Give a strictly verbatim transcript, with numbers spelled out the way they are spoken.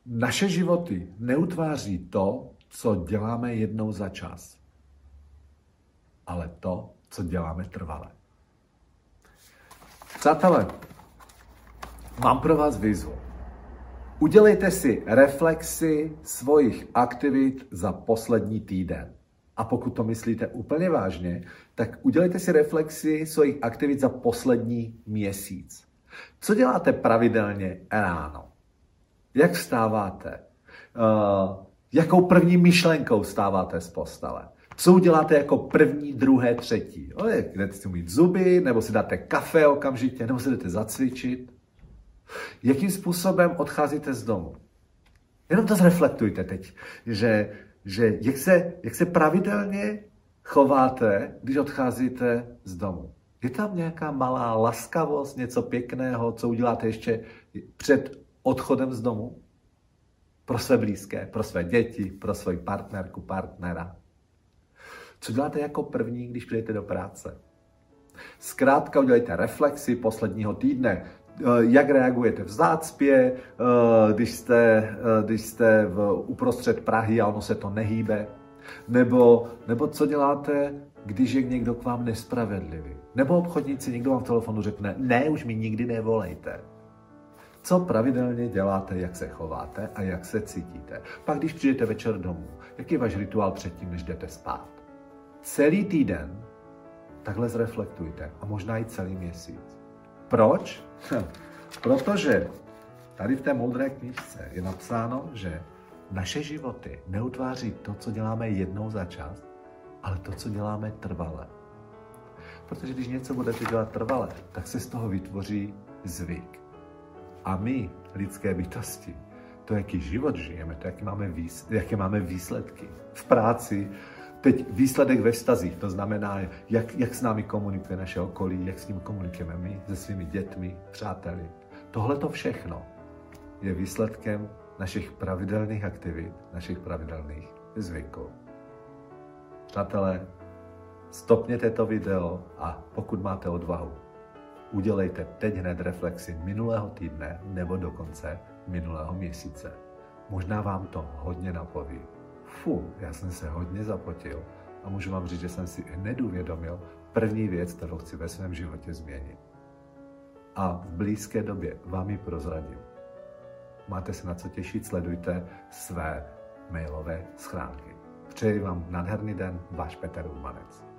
Naše životy neutváří to, co děláme jednou za čas, ale to, co děláme trvale. Přátelé, mám pro vás výzvu. Udělejte si reflexi svých aktivit za poslední týden. A pokud to myslíte úplně vážně, tak udělejte si reflexi svých aktivit za poslední měsíc. Co děláte pravidelně ráno? Jak vstáváte? Uh, jakou první myšlenkou vstáváte z postele? Co uděláte jako první, druhé, třetí? No, jdete si umýt zuby, nebo si dáte kafe okamžitě, nebo si jdete zacvičit? Jakým způsobem odcházíte z domu? Jenom to zreflektujte teď, že, že jak, se, jak se pravidelně chováte, když odcházíte z domu. Je tam nějaká malá laskavost, něco pěkného, co uděláte ještě před odchodem z domu? Pro své blízké, pro své děti, pro svoji partnerku, partnera. Co děláte jako první, když přijdete do práce? Zkrátka udělejte reflexi posledního týdne. Jak reagujete v zácpě, když jste, když jste v uprostřed Prahy a ono se to nehýbe? Nebo, nebo co děláte, když je někdo k vám nespravedlivý? Nebo obchodníci, někdo vám v telefonu řekne, ne, už mi nikdy nevolejte. Co pravidelně děláte, jak se chováte a jak se cítíte? Pak, když přijdete večer domů, jaký je váš rituál předtím, než jdete spát? Celý týden takhle zreflektujte a možná i celý měsíc. Proč? Hm. Protože tady v té moudré knížce je napsáno, že naše životy neutváří to, co děláme jednou za čas, ale to, co děláme trvale. Protože když něco budete dělat trvale, tak se z toho vytvoří zvyk. A my, lidské bytosti, to, jaký život žijeme, to, jaký máme, výs- jaké máme výsledky v práci, teď výsledek ve vztazích, to znamená, jak, jak s námi komunikuje naše okolí, jak s ním komunikujeme my, se svými dětmi, přáteli. Tohle to všechno je výsledkem našich pravidelných aktivit, našich pravidelných zvyků. Přátelé, stopněte to video a pokud máte odvahu, udělejte teď hned reflexi minulého týdne nebo dokonce minulého měsíce. Možná vám to hodně napoví. Fu, já jsem se hodně zapotil a můžu vám říct, že jsem si hned uvědomil první věc, kterou chci ve svém životě změnit. A v blízké době vám ji prozradím. Máte se na co těšit, sledujte své mailové schránky. Přeji vám nádherný den, váš Petr Urbanec.